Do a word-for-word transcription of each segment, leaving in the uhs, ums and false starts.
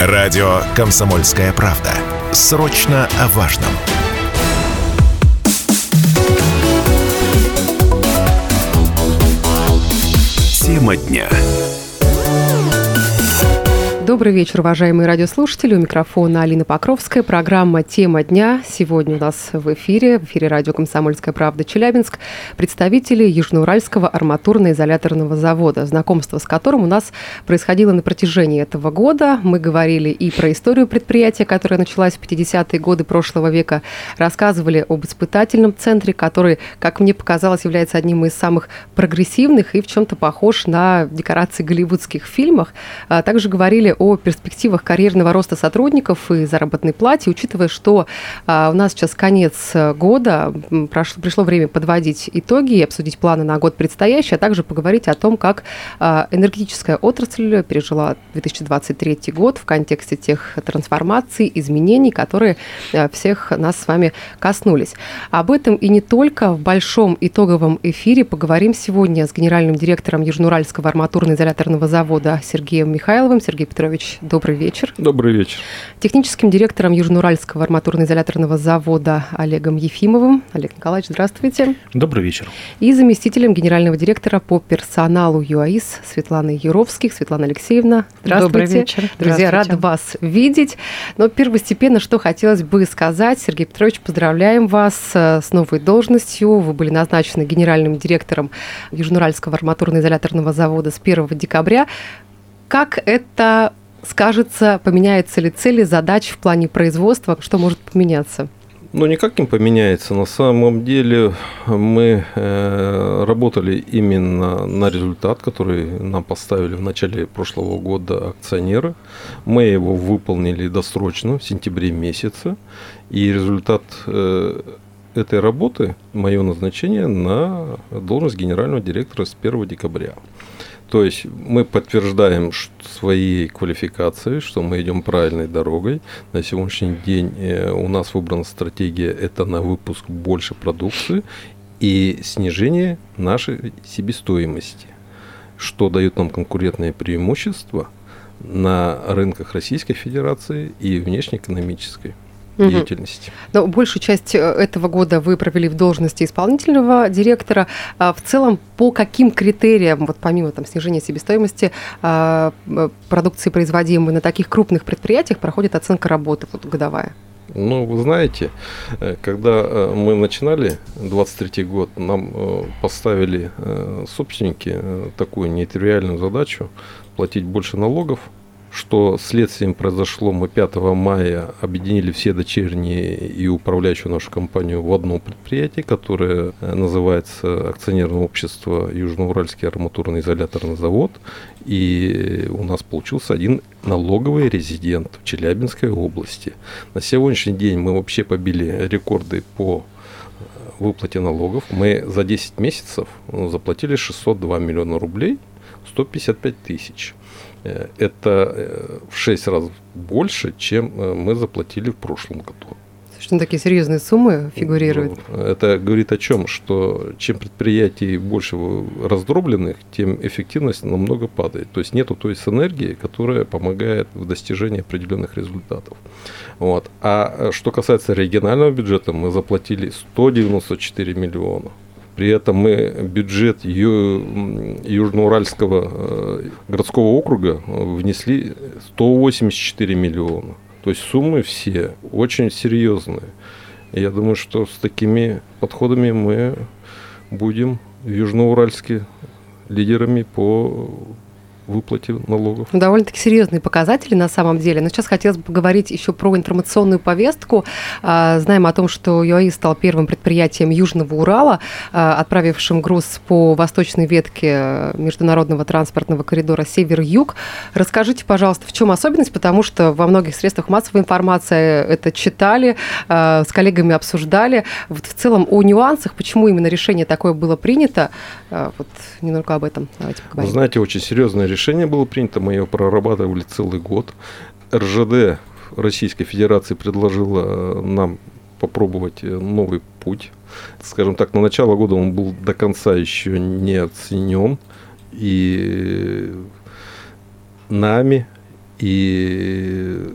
Радио «Комсомольская правда». Срочно о важном. Тема дня. Добрый вечер, уважаемые радиослушатели. У микрофона Алина Покровская. Программа «Тема дня». Сегодня у нас в эфире, в эфире радио «Комсомольская правда» Челябинск, представители Южноуральского арматурно-изоляторного завода, знакомство с которым у нас происходило на протяжении этого года. Мы говорили и про историю предприятия, которая началась в пятидесятые годы прошлого века, рассказывали об испытательном центре, который, как мне показалось, является одним из самых прогрессивных и в чем-то похож на декорации голливудских фильмов. Также говорили о перспективах карьерного роста сотрудников и заработной плате, учитывая, что а, у нас сейчас конец года, прошло, пришло время подводить итоги и обсудить планы на год предстоящий, а также поговорить о том, как а, энергетическая отрасль пережила две тысячи двадцать третий год в контексте тех трансформаций, изменений, которые а, всех нас с вами коснулись. Об этом и не только в большом итоговом эфире поговорим сегодня с генеральным директором Южноуральского арматурно-изоляторного завода Сергеем Михайловым. Сергей Петрович, добрый вечер. Добрый вечер. Техническим директором Южноуральского арматурно-изоляторного завода Олегом Ефимовым. Олег Николаевич, здравствуйте. Добрый вечер. И заместителем генерального директора по персоналу ЮАИС Светланой Юровских. Светлана Алексеевна, здравствуйте. Добрый вечер. Друзья, рада вас видеть. Но первостепенно, что хотелось бы сказать. Сергей Петрович, поздравляем вас с новой должностью. Вы были назначены генеральным директором Южноуральского арматурно-изоляторного завода с первого декабря. Как это скажется, поменяются ли цели, задачи в плане производства, что может поменяться? Ну, никак не поменяется. На самом деле мы э, работали именно на результат, который нам поставили в начале прошлого года акционеры. Мы его выполнили досрочно в сентябре месяце. И результат э, этой работы, мое назначение на должность генерального директора с первого декабря. То есть мы подтверждаем свои квалификации, что мы идем правильной дорогой. На сегодняшний день у нас выбрана стратегия – это на выпуск больше продукции и снижение нашей себестоимости, что дает нам конкурентное преимущество на рынках Российской Федерации и внешнеэкономической деятельности. Но большую часть этого года вы провели в должности исполнительного директора. В целом, по каким критериям, вот помимо там, снижения себестоимости продукции, производимой на таких крупных предприятиях, проходит оценка работы вот, годовая? Ну, вы знаете, когда мы начинали двадцать третий год, нам поставили собственники такую нетривиальную задачу платить больше налогов, что следствием произошло. Мы пятого мая объединили все дочерние и управляющую нашу компанию в одно предприятие, которое называется акционерное общество Южноуральский арматурно-изоляторный завод. И у нас получился один налоговый резидент в Челябинской области. На сегодняшний день мы вообще побили рекорды по выплате налогов. Мы за десять месяцев заплатили шестьсот два миллиона рублей, сто пятьдесят пять тысяч. Это в шесть раз больше, чем мы заплатили в прошлом году. Что такие серьезные суммы фигурируют? Это говорит о чем? Что чем предприятий больше раздробленных, тем эффективность намного падает. То есть нету той синергии, которая помогает в достижении определенных результатов. Вот. А что касается регионального бюджета, мы заплатили сто девяносто четыре миллиона. При этом мы бюджет Ю- Южноуральского городского округа внесли сто восемьдесят четыре миллиона. То есть суммы все очень серьезные. И я думаю, что с такими подходами мы будем в Южноуральске лидерами по выплате налогов. Довольно-таки серьезные показатели на самом деле. Но сейчас хотелось бы поговорить еще про информационную повестку. Знаем о том, что ЮАИС стал первым предприятием Южного Урала, отправившим груз по восточной ветке международного транспортного коридора Север-Юг. Расскажите, пожалуйста, в чем особенность, потому что во многих средствах массовой информации это читали, с коллегами обсуждали. Вот в целом о нюансах, почему именно решение такое было принято, вот немного об этом давайте поговорим. Вы знаете, очень серьезное решение. Решение было принято, мы его прорабатывали целый год. эр жэ дэ Российской Федерации предложила нам попробовать новый путь. Скажем так, на начало года он был до конца еще не оценен. И нами, и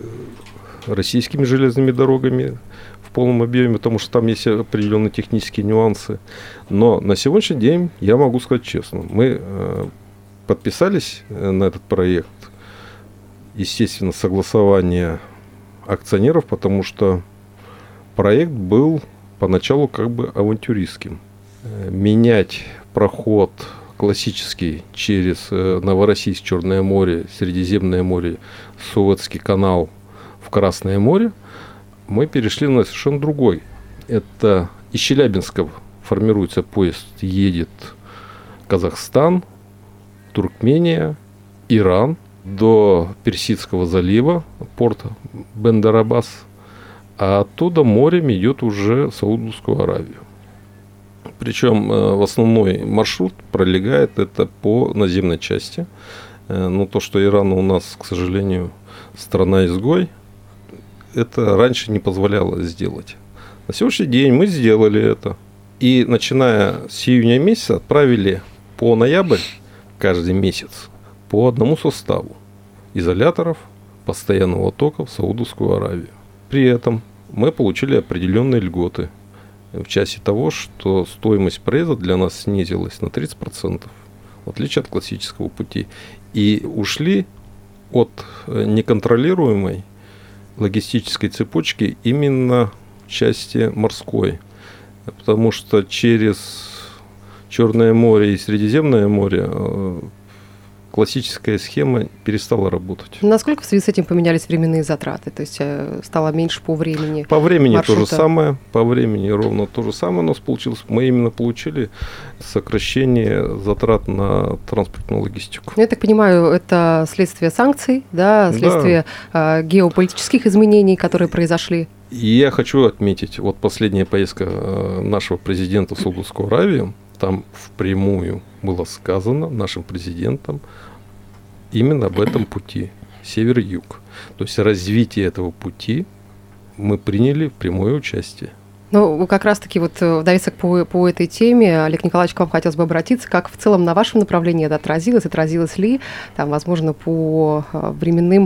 российскими железными дорогами в полном объеме, потому что там есть определенные технические нюансы. Но на сегодняшний день я могу сказать честно, мы э, подписались на этот проект, естественно, согласование акционеров, потому что проект был поначалу как бы авантюристским. Менять проход классический через Новороссийск, Черное море, Средиземное море, Суэцкий канал в Красное море, мы перешли на совершенно другой. Это из Челябинска формируется поезд, едет Казахстан, Туркмения, Иран, до Персидского залива, порта Бендер-Аббас, а оттуда морем идет уже в Саудовскую Аравию. Причем в основной маршрут пролегает это по наземной части. Но то, что Иран у нас, к сожалению, страна-изгой, это раньше не позволяло сделать. На сегодняшний день мы сделали это. И начиная с июня месяца отправили по ноябрь каждый месяц по одному составу изоляторов постоянного тока в Саудовскую Аравию. При этом мы получили определенные льготы в части того, что стоимость проезда для нас снизилась на тридцать процентов, в отличие от классического пути. И ушли от неконтролируемой логистической цепочки именно в части морской. Потому что через Черное море и Средиземное море классическая схема перестала работать. Насколько в связи с этим поменялись временные затраты? То есть стало меньше по времени? По времени маршрута? То же самое. По времени ровно то же самое у нас получилось. Мы именно получили сокращение затрат на транспортную логистику. Я так понимаю, это следствие санкций, да, следствие да. геополитических изменений, которые произошли? И я хочу отметить, вот последняя поездка нашего президента в Саудовскую Аравию, там впрямую было сказано нашим президентом именно об этом пути, север-юг. То есть развитие этого пути мы приняли в прямое участие. Ну, как раз-таки вот вдавиться по, по этой теме, Олег Николаевич, к вам хотелось бы обратиться, как в целом на вашем направлении это отразилось, отразилось ли, там, возможно, по временным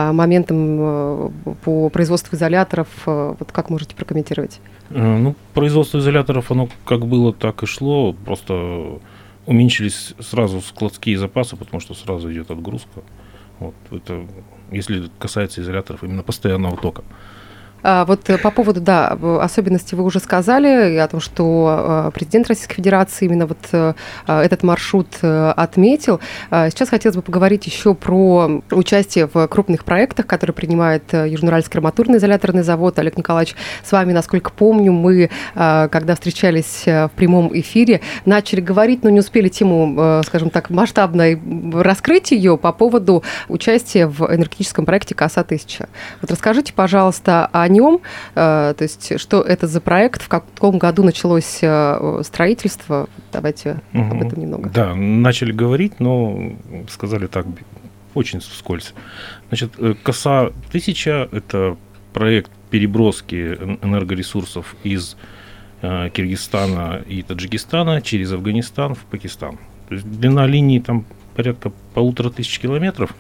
моментам, по производству изоляторов, вот как можете прокомментировать? Ну, производство изоляторов, оно как было, так и шло, просто уменьшились сразу складские запасы, потому что сразу идет отгрузка. Вот, это, если касается изоляторов именно постоянного тока. А вот по поводу, да, особенностей вы уже сказали, о том, что президент Российской Федерации именно вот этот маршрут отметил. Сейчас хотелось бы поговорить еще про участие в крупных проектах, которые принимает Южноуральский арматурный изоляторный завод. Олег Николаевич, с вами, насколько помню, мы, когда встречались в прямом эфире, начали говорить, но не успели тему, скажем так, масштабно раскрыть ее по поводу участия в энергетическом проекте КОСА-тысяча. Вот расскажите, пожалуйста, о нем, то есть что это за проект, в каком году началось строительство, давайте угу. об этом немного. Да, начали говорить, но сказали так очень вскользь. Значит, КОСА-тысяча – это проект переброски энергоресурсов из Киргизстана и Таджикистана через Афганистан в Пакистан. То есть длина линии там порядка полутора тысяч километров.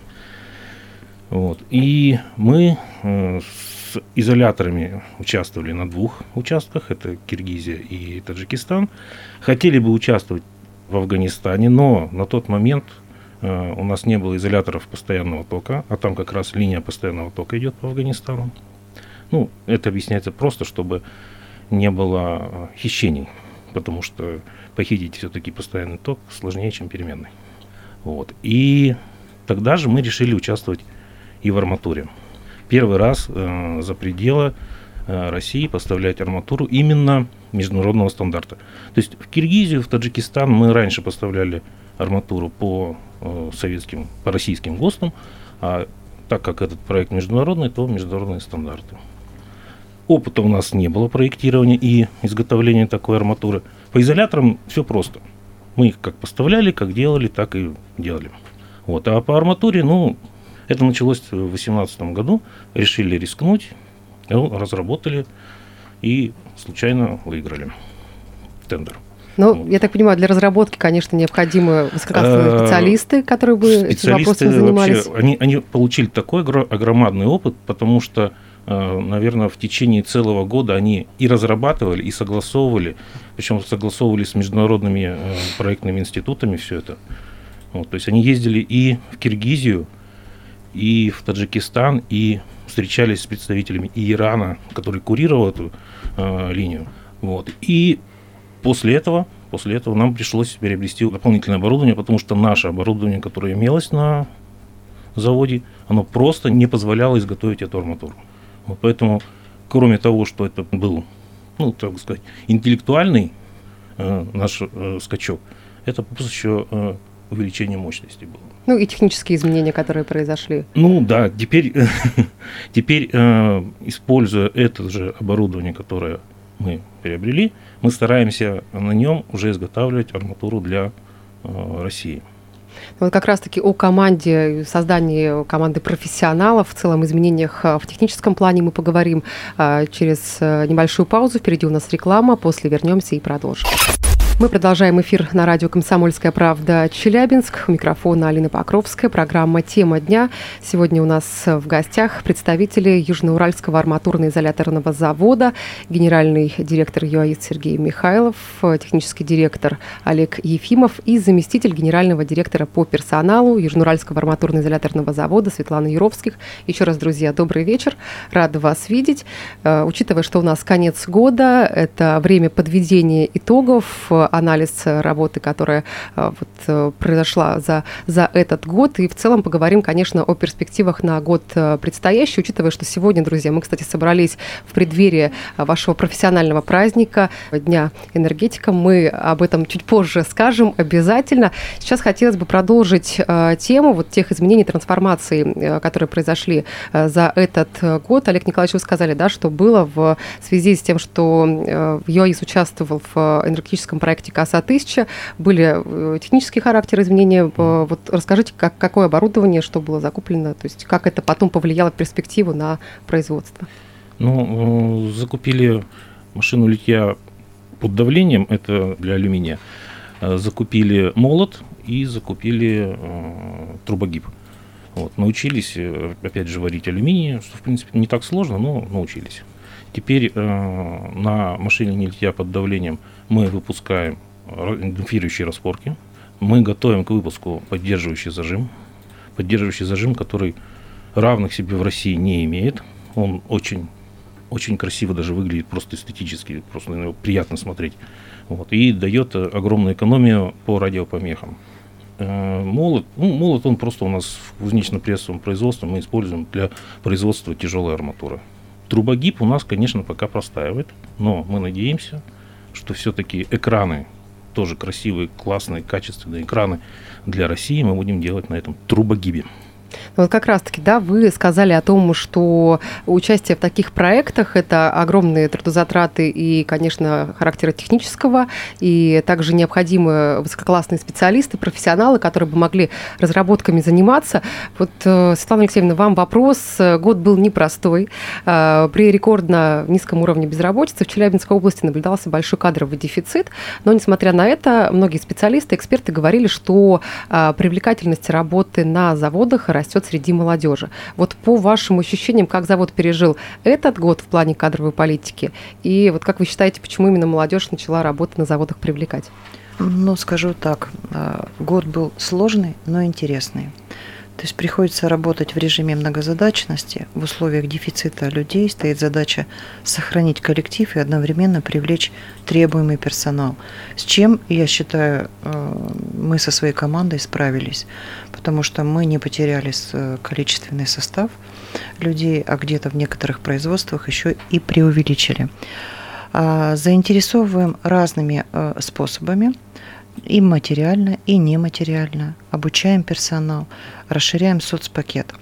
Вот. И мы с изоляторами участвовали на двух участках, это Киргизия и Таджикистан. Хотели бы участвовать в Афганистане, но на тот момент э, у нас не было изоляторов постоянного тока, а там как раз линия постоянного тока идет по Афганистану. Ну, это объясняется просто, чтобы не было хищений, потому что похитить все-таки постоянный ток сложнее, чем переменный. Вот. И тогда же мы решили участвовать и в арматуре. Первый раз э, за пределы э, России поставлять арматуру именно международного стандарта. То есть в Киргизию, в Таджикистан мы раньше поставляли арматуру по э, советским, по российским ГОСТам, а так как этот проект международный, то международные стандарты. Опыта у нас не было проектирования и изготовления такой арматуры. По изоляторам все просто. Мы их как поставляли, как делали, так и делали. Вот. А по арматуре, ну, это началось в две тысячи восемнадцатом году, решили рискнуть, разработали и случайно выиграли тендер. Ну, вот. Я так понимаю, для разработки, конечно, необходимы высококлассные специалисты, которые бы этим вопросом занимались. Вообще, они, они получили такой громадный опыт, потому что наверное, в течение целого года они и разрабатывали, и согласовывали, причем согласовывали с международными проектными институтами все это. Вот, то есть они ездили и в Киргизию, и в Таджикистан, и встречались с представителями и Ирана, который курировал эту э, линию. Вот. И после этого, после этого нам пришлось приобрести дополнительное оборудование, потому что наше оборудование, которое имелось на заводе, оно просто не позволяло изготовить эту арматуру. Вот поэтому, кроме того, что это был, ну, так сказать, интеллектуальный э, наш э, скачок, это просто еще э, увеличение мощности было. Ну и технические изменения, которые произошли. Ну да, теперь, теперь э, используя это же оборудование, которое мы приобрели, мы стараемся на нем уже изготавливать арматуру для э, России. Вот как раз-таки о команде, создании команды профессионалов, в целом изменениях в техническом плане мы поговорим через небольшую паузу. Впереди у нас реклама, после вернемся и продолжим. Мы продолжаем эфир на радио «Комсомольская правда» Челябинск. У микрофона Алина Покровская. Программа «Тема дня». Сегодня у нас в гостях представители Южноуральского арматурно-изоляторного завода, генеральный директор ЮАИС Сергей Михайлов, технический директор Олег Ефимов и заместитель генерального директора по персоналу Южноуральского арматурно-изоляторного завода Светлана Юровских. Еще раз, друзья, добрый вечер. Рада вас видеть. Учитывая, что у нас конец года, это время подведения итогов, анализ работы, которая вот, произошла за, за этот год. И в целом поговорим, конечно, о перспективах на год предстоящий, учитывая, что сегодня, друзья, мы, кстати, собрались в преддверии вашего профессионального праздника, Дня энергетика. Мы об этом чуть позже скажем обязательно. Сейчас хотелось бы продолжить тему вот тех изменений, трансформаций, которые произошли за этот год. Олег Николаевич, вы сказали, да, что было в связи с тем, что ЮАИС участвовал в энергетическом проекте КАСА тысяча, были технические характеры изменения. Вот расскажите, как, какое оборудование, что было закуплено, то есть как это потом повлияло в перспективу на производство? Ну, закупили машину литья под давлением, это для алюминия, закупили молот и закупили э, трубогиб. Вот, научились, опять же, варить алюминий, что, в принципе, не так сложно, но научились. Теперь э, на машине литья под давлением мы выпускаем демпфирующие распорки. Мы готовим к выпуску поддерживающий зажим. Поддерживающий зажим, который равных себе в России не имеет. Он очень, очень красиво даже выглядит, просто эстетически, просто на него приятно смотреть. Вот, и дает огромную экономию по радиопомехам. Э, молот, ну, молот, он просто у нас в кузнечно-прессовом производстве мы используем для производства тяжелой арматуры. Трубогиб у нас, конечно, пока простаивает, но мы надеемся, что все-таки экраны, тоже красивые, классные, качественные экраны для России мы будем делать на этом трубогибе. Вот как раз-таки, да, вы сказали о том, что участие в таких проектах – это огромные трудозатраты и, конечно, характера технического, и также необходимы высококлассные специалисты, профессионалы, которые бы могли разработками заниматься. Вот, Светлана Алексеевна, вам вопрос. Год был непростой. При рекордно низком уровне безработицы в Челябинской области наблюдался большой кадровый дефицит, но, несмотря на это, многие специалисты, эксперты говорили, что привлекательность работы на заводах растет среди молодежи. Вот по вашим ощущениям, как завод пережил этот год в плане кадровой политики? И вот как вы считаете, почему именно молодежь начала работу на заводах привлекать? Ну, скажу так, год был сложный, но интересный. То есть приходится работать в режиме многозадачности. В условиях дефицита людей стоит задача сохранить коллектив и одновременно привлечь требуемый персонал. С чем, я считаю, мы со своей командой справились, потому что мы не потеряли количественный состав людей, а где-то в некоторых производствах еще и преувеличили. Заинтересовываем разными способами. И материально, и нематериально. Обучаем персонал, расширяем соцпакет.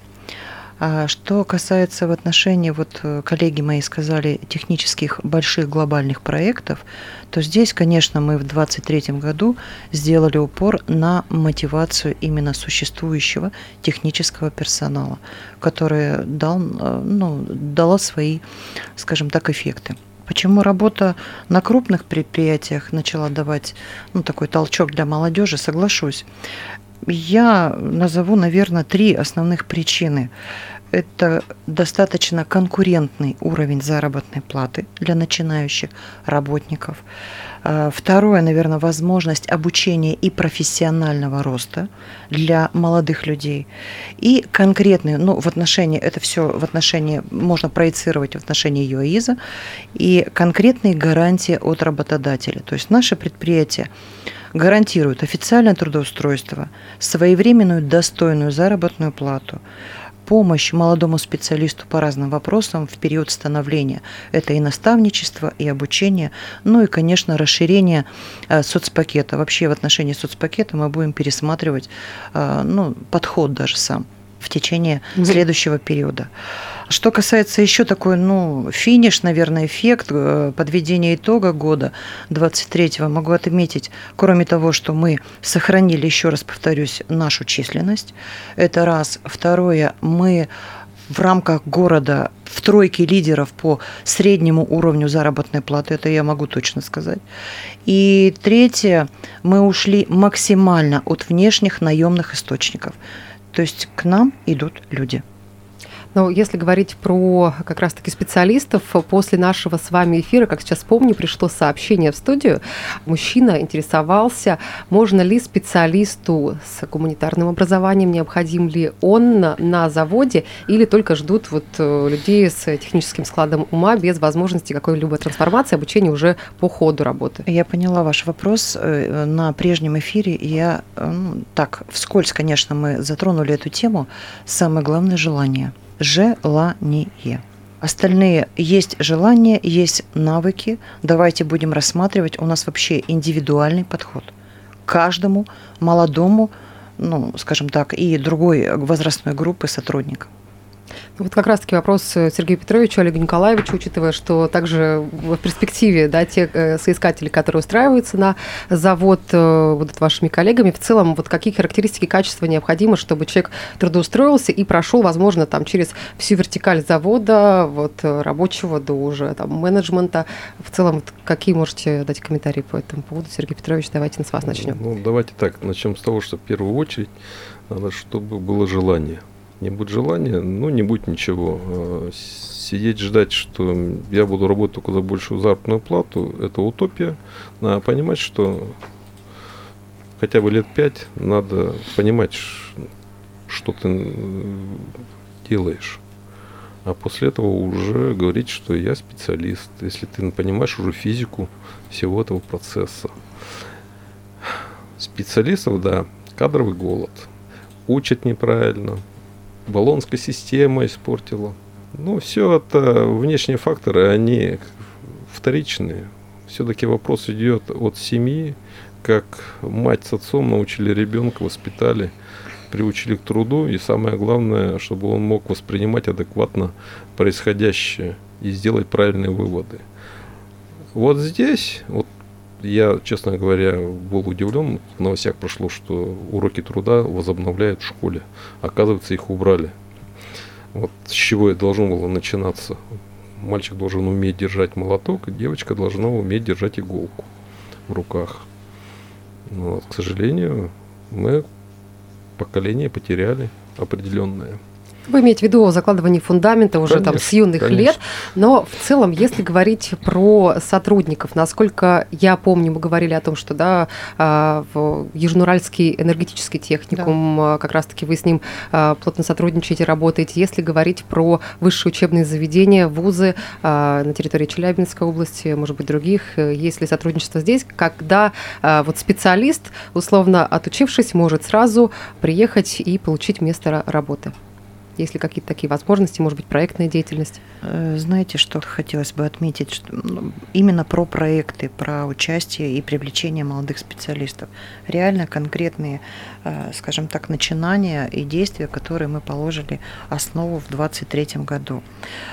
А что касается в отношении, вот коллеги мои сказали, технических больших глобальных проектов, то здесь, конечно, мы в двадцать третьем году сделали упор на мотивацию именно существующего технического персонала, который дал, ну, дала свои, скажем так, эффекты. Почему работа на крупных предприятиях начала давать, ну, такой толчок для молодежи, соглашусь. Я назову, наверное, три основных причины. это достаточно конкурентный уровень заработной платы для начинающих работников. Второе, наверное, возможность обучения и профессионального роста для молодых людей. И конкретные, ну, в отношении, это все в отношении, можно проецировать в отношении ЮАИЗа, и конкретные гарантии от работодателя. То есть наше предприятие гарантирует официальное трудоустройство, своевременную достойную заработную плату, помощь молодому специалисту по разным вопросам в период становления. Это и наставничество, и обучение, ну и, конечно, расширение соцпакета. Вообще в отношении соцпакета мы будем пересматривать, ну, подход даже сам в течение mm-hmm. следующего периода. Что касается еще такой, ну, финиш, наверное, эффект подведения итога года двадцать третьего, могу отметить, кроме того, что мы сохранили, еще раз повторюсь, нашу численность. Это раз. Второе, мы в рамках города в тройке лидеров по среднему уровню заработной платы, это я могу точно сказать. И третье, мы ушли максимально от внешних наемных источников. То есть к нам идут люди. Но если говорить про как раз-таки специалистов, после нашего с вами эфира, как сейчас помню, пришло сообщение в студию. Мужчина интересовался, можно ли специалисту с гуманитарным образованием, необходим ли он на заводе, или только ждут вот людей с техническим складом ума без возможности какой-либо трансформации, обучения уже по ходу работы. Я поняла ваш вопрос. На прежнем эфире я, ну, так, вскользь, конечно, мы затронули эту тему. Самое главное – желание. Желание. Остальные есть желание, есть навыки. Давайте будем рассматривать. У нас вообще индивидуальный подход к каждому молодому, ну, скажем так, и другой возрастной группы сотрудников. Вот как раз-таки вопрос Сергею Петровичу, Олегу Николаевичу, учитывая, что также в перспективе, да, те соискатели, которые устраиваются на завод, будут вашими коллегами, в целом, вот какие характеристики, качества необходимы, чтобы человек трудоустроился и прошел, возможно, там, через всю вертикаль завода, вот, рабочего до уже там, менеджмента. В целом, вот, какие можете дать комментарии по этому поводу? Сергей Петрович, давайте с вас начнем. Ну, давайте так, начнем с того, что в первую очередь надо, чтобы было желание. Не будет желания, ну, не будет ничего. Сидеть, ждать, что я буду работать только за большую заработную плату, это утопия. Надо понимать, что хотя бы лет пять надо понимать, что ты делаешь. А после этого уже говорить, что я специалист, если ты понимаешь уже физику всего этого процесса. Специалистов, да, кадровый голод. Учат неправильно. Болонская система испортила. Ну, все это внешние факторы, они вторичные. Все-таки вопрос идет от семьи, как мать с отцом научили ребенка, воспитали, приучили к труду. И самое главное, чтобы он мог воспринимать адекватно происходящее и сделать правильные выводы. Вот здесь, вот я, честно говоря, был удивлен. В новостях прошло, что уроки труда возобновляют в школе. Оказывается, их убрали. Вот с чего это должно было начинаться. Мальчик должен уметь держать молоток, девочка должна уметь держать иголку в руках. Но, вот, к сожалению, мы поколение потеряли определенное. Вы имеете в виду о закладывании фундамента уже конечно, там с юных конечно. лет, но в целом, если говорить про сотрудников, насколько я помню, мы говорили о том, что да, в Южноуральский энергетический техникум, да. как раз-таки вы с ним плотно сотрудничаете, работаете. Если говорить про высшие учебные заведения, вузы на территории Челябинской области, может быть, других, есть ли сотрудничество здесь, когда вот специалист, условно отучившись, может сразу приехать и получить место работы? Есть ли какие-то такие возможности, может быть, проектная деятельность? Знаете, что хотелось бы отметить? Что именно про проекты, про участие и привлечение молодых специалистов. Реально конкретные, скажем так, начинания и действия, которые мы положили основу в двадцать третьем году.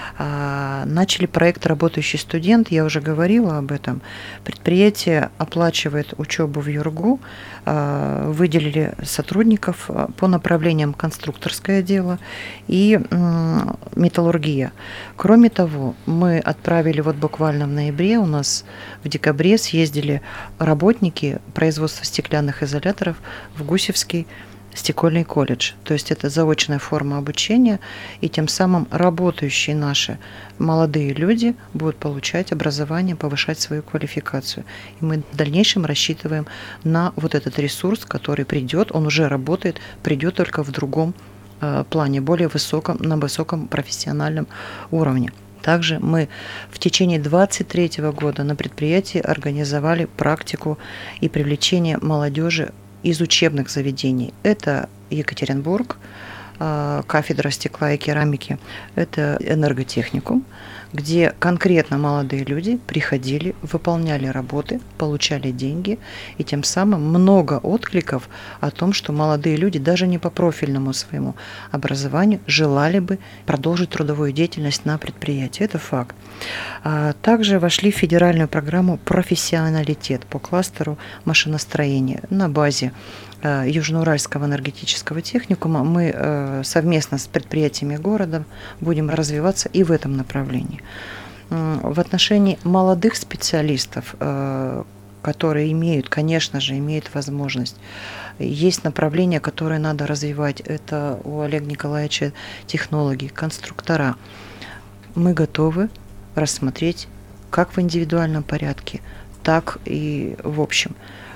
Начали проект «Работающий студент», я уже говорила об этом. Предприятие оплачивает учебу в ЮРГУ, выделили сотрудников по направлениям конструкторское дело и металлургия. Кроме того, мы отправили вот буквально в ноябре, у нас в декабре съездили работники производства стеклянных изоляторов в Гусевский стекольный колледж. То есть это заочная форма обучения, и тем самым работающие наши молодые люди будут получать образование, повышать свою квалификацию. И мы в дальнейшем рассчитываем на вот этот ресурс, который придет, он уже работает, придет только в другом э, плане, более высоком, на высоком профессиональном уровне. Также мы в течение двадцать третьего года на предприятии организовали практику и привлечение молодежи из учебных заведений. Это Екатеринбург, кафедра стекла и керамики, это энерготехникум, где конкретно молодые люди приходили, выполняли работы, получали деньги, и тем самым много откликов о том, что молодые люди даже не по профильному своему образованию желали бы продолжить трудовую деятельность на предприятии. Это факт. Также вошли в федеральную программу «Профессионалитет» по кластеру машиностроения на базе Южноуральского энергетического техникума. Мы совместно с предприятиями города будем развиваться и в этом направлении. В отношении молодых специалистов, которые имеют, конечно же, имеют возможность, есть направления, которые надо развивать. Это у Олега Николаевича технологи, конструктора. Мы готовы рассмотреть как в индивидуальном порядке, так и в общем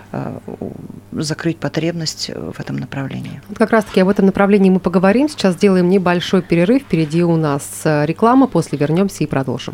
закрыть потребность в этом направлении. Вот как раз-таки об этом направлении мы поговорим. Сейчас сделаем небольшой перерыв. Впереди у нас реклама. После вернемся и продолжим.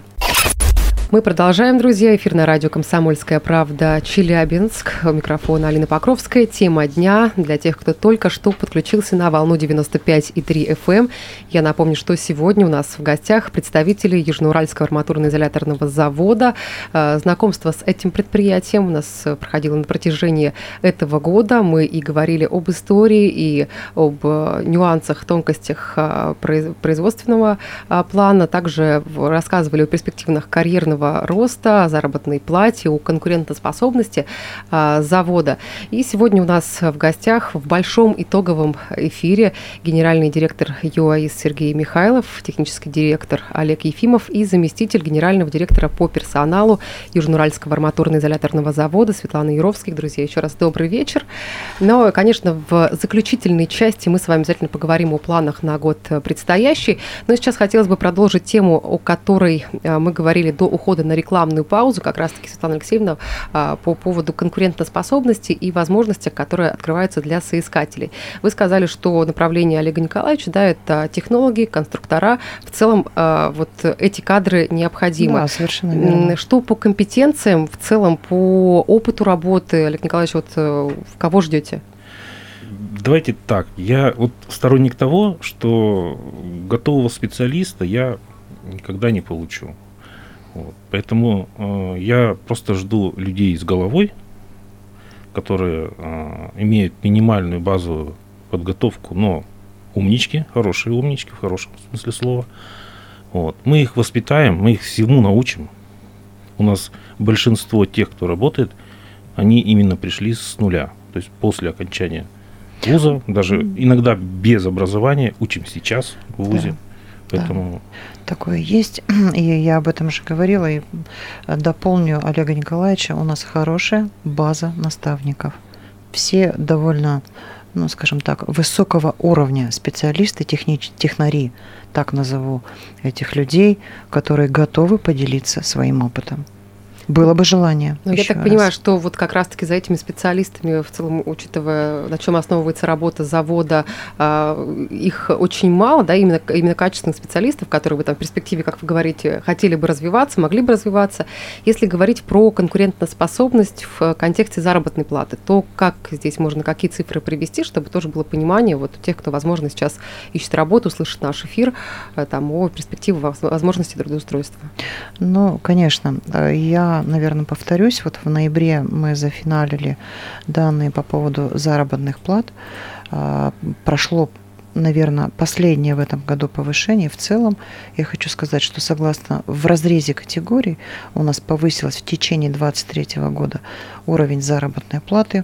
Мы продолжаем, друзья. Эфир на радио «Комсомольская правда» Челябинск. У микрофона Алина Покровская. Тема дня для тех, кто только что подключился на волну девяносто пять и три эф эм. Я напомню, что сегодня у нас в гостях представители Южноуральского арматурно-изоляторного завода. Знакомство с этим предприятием у нас проходило на протяжении этого года. Мы и говорили об истории, и об нюансах, тонкостях производственного плана. Также рассказывали о перспективных карьерных роста, о заработной плате, о конкурентоспособности а, завода. И сегодня у нас в гостях в большом итоговом эфире генеральный директор ЮАИС Сергей Михайлов, технический директор Олег Ефимов и заместитель генерального директора по персоналу Южноуральского арматурно-изоляторного завода Светлана Юровских. Друзья, еще раз добрый вечер. Но, конечно, в заключительной части мы с вами обязательно поговорим о планах на год предстоящий. Но сейчас хотелось бы продолжить тему, о которой мы говорили до ухода на рекламную паузу, как раз-таки, Светлана Алексеевна, по поводу конкурентоспособности и возможностей, которые открываются для соискателей. Вы сказали, что направление Олега Николаевича, да, это технологии, конструктора. В целом, вот эти кадры необходимы. Да, совершенно верно. Что по компетенциям, в целом, по опыту работы, Олег Николаевич, вот в кого ждете? Давайте так. Я вот сторонник того, что готового специалиста я никогда не получу. Вот. Поэтому э, я просто жду людей с головой, которые э, имеют минимальную базовую подготовку, но умнички, хорошие умнички, в хорошем смысле слова. Вот. Мы их воспитаем, мы их всему научим. У нас большинство тех, кто работает, они именно пришли с нуля. То есть после окончания вуза, даже иногда без образования, учим сейчас в вузе. Да. Поэтому... Да. Такое есть, и я об этом уже говорила, и дополню Олега Николаевича, у нас хорошая база наставников. Все довольно, ну, скажем так, высокого уровня специалисты, техни- технари, так назову этих людей, которые готовы поделиться своим опытом. Было бы желание. Но я так раз. понимаю, что вот как раз-таки за этими специалистами, в целом, учитывая, на чем основывается работа завода, их очень мало, да, именно, именно качественных специалистов, которые бы там в перспективе, как вы говорите, хотели бы развиваться, могли бы развиваться. Если говорить про конкурентоспособность в контексте заработной платы, то как здесь можно, какие цифры привести, чтобы тоже было понимание вот у тех, кто, возможно, сейчас ищет работу, слышит наш эфир, там, о перспективе возможности трудоустройства? Ну, конечно. Я наверное, повторюсь, вот в ноябре мы зафиналили данные по поводу заработных плат. Прошло, наверное, последнее в этом году повышение. В целом, я хочу сказать, что согласно в разрезе категорий у нас повысилось в течение двадцать третьего года уровень заработной платы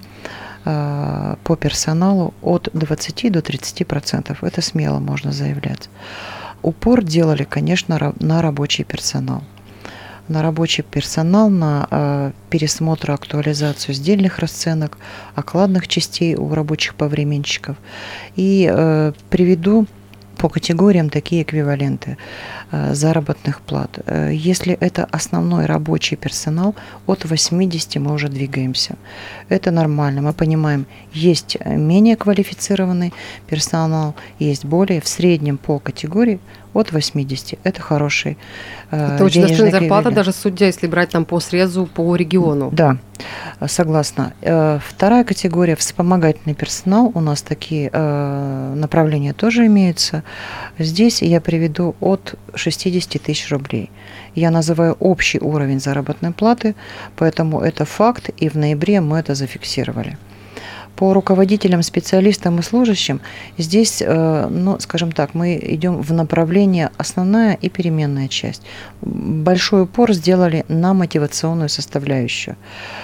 по персоналу от двадцати до тридцати процентов. Это смело можно заявлять. Упор делали, конечно, на рабочий персонал. на рабочий персонал, на э, пересмотр и актуализацию сдельных расценок, окладных частей у рабочих повременщиков. И э, приведу по категориям такие эквиваленты э, заработных плат. Э, если это основной рабочий персонал, от восьмидесяти мы уже двигаемся. Это нормально. Мы понимаем, есть менее квалифицированный персонал, есть более. В среднем по категории от восьмидесяти. Это хороший э, Это очень достойная зарплата, эквивалент. даже судя, если брать там по срезу, по региону. Да, согласна. Э, вторая категория – вспомогательный персонал. У нас такие э, направления тоже имеются. Здесь я приведу от шестидесяти тысяч рублей. Я называю общий уровень заработной платы, поэтому это факт, и в ноябре мы это зафиксировали. По руководителям, специалистам и служащим здесь, ну, скажем так, мы идем в направление основная и переменная часть. Большой упор сделали на мотивационную составляющую.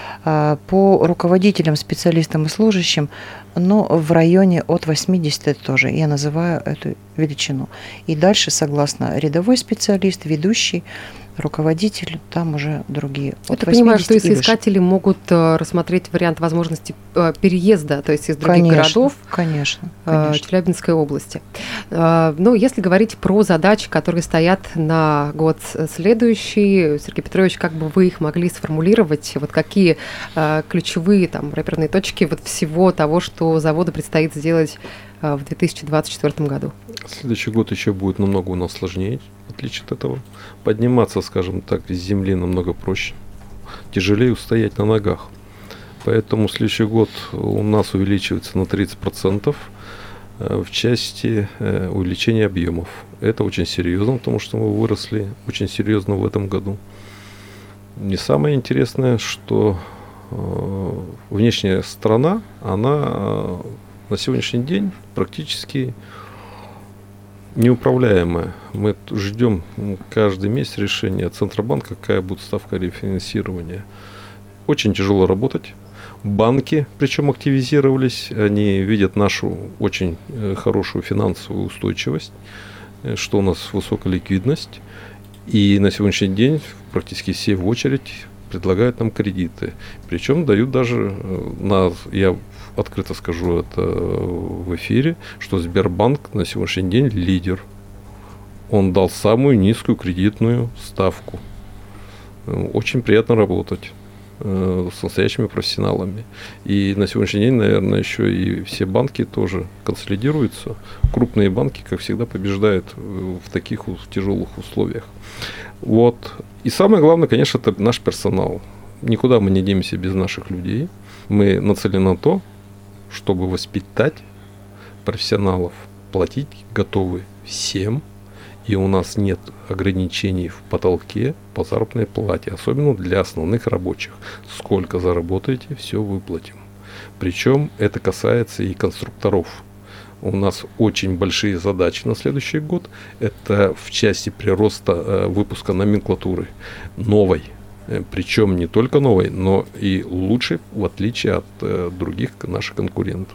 По руководителям, специалистам и служащим, ну, в районе от восьмидесяти тоже. Я называю эту величину. И дальше, согласно, рядовой специалист, ведущий, руководитель, там уже другие. Я так понимаю, что если искатели могут рассмотреть вариант возможности переезда, то есть из других конечно, городов конечно, конечно. Челябинской области. Ну, если говорить про задачи, которые стоят на год следующий, Сергей Петрович, как бы вы их могли сформулировать? Вот какие ключевые там рэперные точки вот всего того, что заводу предстоит сделать в две тысячи двадцать четвёртом году? Следующий год еще будет намного у нас сложнее, в отличие от этого. Подниматься, скажем так, с земли намного проще. Тяжелее устоять на ногах. Поэтому следующий год у нас увеличивается на тридцать процентов в части увеличения объемов. Это очень серьезно, потому что мы выросли очень серьезно в этом году. И самое интересное, что внешняя сторона, она на сегодняшний день практически неуправляемая. Мы ждем каждый месяц решения Центробанка, какая будет ставка рефинансирования. Очень тяжело работать. Банки, причем, активизировались, они видят нашу очень хорошую финансовую устойчивость, что у нас высокая ликвидность. И на сегодняшний день практически все в очередь предлагают нам кредиты. Причем дают даже, на, я открыто скажу это в эфире, что Сбербанк на сегодняшний день лидер. Он дал самую низкую кредитную ставку. Очень приятно работать с настоящими профессионалами. И на сегодняшний день, наверное, еще и все банки тоже консолидируются. Крупные банки, как всегда, побеждают в таких тяжелых условиях. Вот. И самое главное, конечно, это наш персонал. Никуда мы не денемся без наших людей. Мы нацелены на то, чтобы воспитать профессионалов, платить готовы всем. И у нас нет ограничений в потолке по заработной плате, особенно для основных рабочих. Сколько заработаете, все выплатим. Причем это касается и конструкторов. У нас очень большие задачи на следующий год. Это в части прироста выпуска номенклатуры новой. Причем не только новой, но и лучшей, в отличие от других наших конкурентов.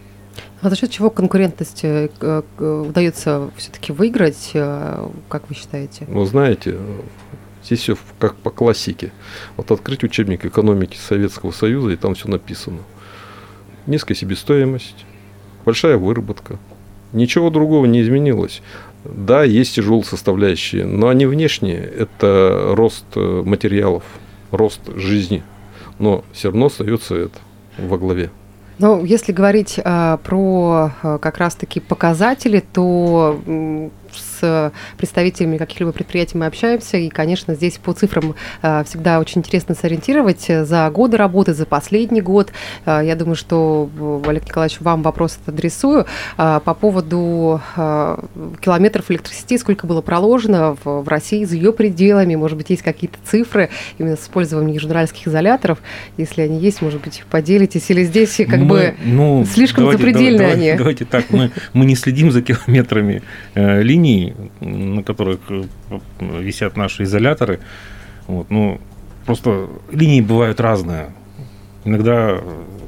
А за счет чего конкурентность удается все-таки выиграть, как вы считаете? Вы знаете, здесь все как по классике. Вот открыть учебник экономики Советского Союза, и там все написано. Низкая себестоимость, большая выработка. Ничего другого не изменилось. Да, есть тяжелые составляющие, но они внешние. Это рост материалов, рост жизни. Но все равно остается это во главе. Ну, если говорить а, про а, как раз-таки показатели, то м, с представителями каких-либо предприятий мы общаемся, и, конечно, здесь по цифрам а, всегда очень интересно сориентировать за годы работы, за последний год. А, я думаю, что, Олег Николаевич, вам вопрос адресую. А, по поводу а, километров электросетей, сколько было проложено в, в России за ее пределами, может быть, есть какие-то цифры именно с использованием южноуральских изоляторов, если они есть, может быть, поделитесь, или здесь как мы, бы ну, слишком давайте, запредельны давайте, они. Давайте так, мы, мы не следим за километрами э, линий, на которых висят наши изоляторы. Вот, ну, просто линии бывают разные. Иногда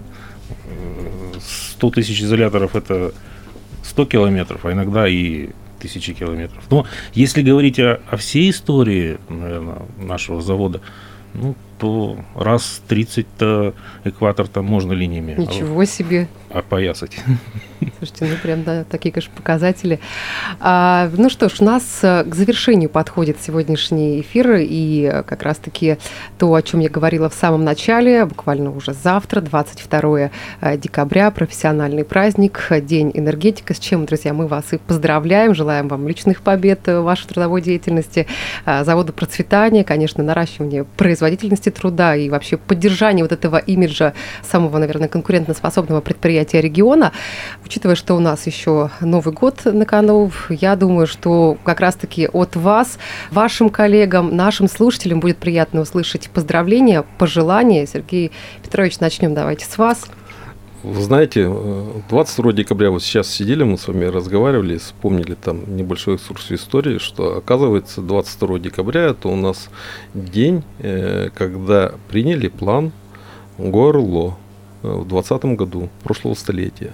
сто тысяч изоляторов – это сто километров, а иногда и тысячи километров. Но если говорить о, о всей истории, наверное, нашего завода, ну, то раз тридцать-то экватор там можно линиями Ничего себе. опоясать. Слушайте, ну прям, да, такие, конечно, показатели. А, ну что ж, у нас к завершению подходит сегодняшний эфир, и как раз-таки то, о чем я говорила в самом начале, буквально уже завтра, двадцать второе декабря, профессиональный праздник, День энергетика, с чем, друзья, мы вас и поздравляем, желаем вам личных побед в вашей трудовой деятельности, завода процветания, конечно, наращивания производительности труда и вообще поддержания вот этого имиджа самого, наверное, конкурентоспособного предприятия региона. Учитывая, что у нас еще Новый год на кону, я думаю, что как раз-таки от вас, вашим коллегам, нашим слушателям будет приятно услышать поздравления, пожелания. Сергей Петрович, начнем давайте с вас. Вы знаете, двадцать второго декабря, вот сейчас сидели, мы с вами разговаривали, вспомнили там небольшой экскурс в истории, что оказывается двадцать второго декабря это у нас день, когда приняли план ГОРЛО в двадцатом году прошлого столетия.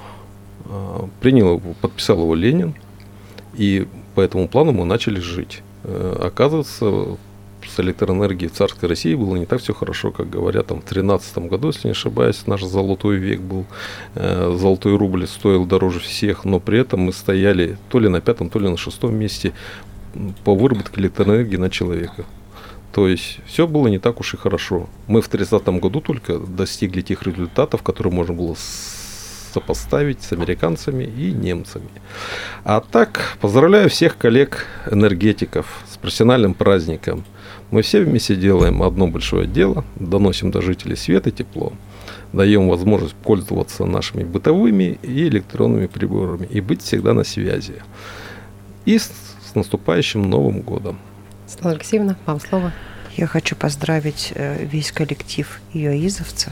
Принял его, подписал его Ленин, и по этому плану мы начали жить. Оказывается, с электроэнергией в царской России было не так все хорошо, как говорят, там в тринадцатом году, если не ошибаюсь, наш золотой век был, золотой рубль стоил дороже всех, но при этом мы стояли то ли на пятом, то ли на шестом месте по выработке электроэнергии на человека. То есть все было не так уж и хорошо. Мы в тридцатом году только достигли тех результатов, которые можно было сопоставить с американцами и немцами. А так, поздравляю всех коллег-энергетиков с профессиональным праздником. Мы все вместе делаем одно большое дело, доносим до жителей свет и тепло, даем возможность пользоваться нашими бытовыми и электронными приборами и быть всегда на связи. И с, с наступающим Новым годом. Светлана Алексеевна, вам слово. Я хочу поздравить весь коллектив ИОИЗовцев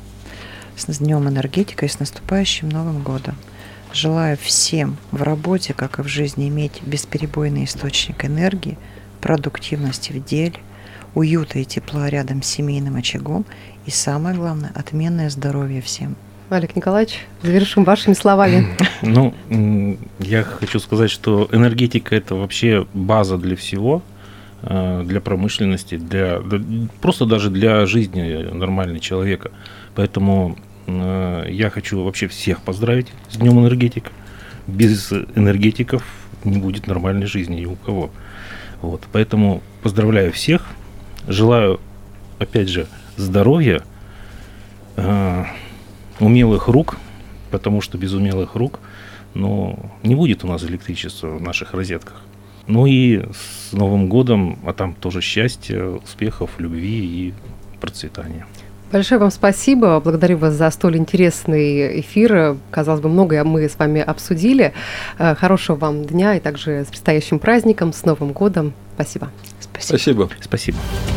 с Днем энергетика и с наступающим Новым годом. Желаю всем в работе, как и в жизни, иметь бесперебойный источник энергии, продуктивности в деле, уюта и тепла рядом с семейным очагом и, самое главное, отменное здоровье всем. Олег Николаевич, завершим вашими словами. Ну, я хочу сказать, что энергетика – это вообще база для всего, для промышленности, для, просто даже для жизни нормального человека. Поэтому я хочу вообще всех поздравить с Днем энергетика. Без энергетиков не будет нормальной жизни ни у кого. Вот. Поэтому поздравляю всех. Желаю, опять же, здоровья, умелых рук, потому что без умелых рук, ну, не будет у нас электричества в наших розетках. Ну и с Новым годом, а там тоже счастья, успехов, любви и процветания. Большое вам спасибо. Благодарю вас за столь интересный эфир. Казалось бы, многое мы с вами обсудили. Хорошего вам дня и также с предстоящим праздником, с Новым годом. Спасибо. Спасибо. Спасибо. Спасибо.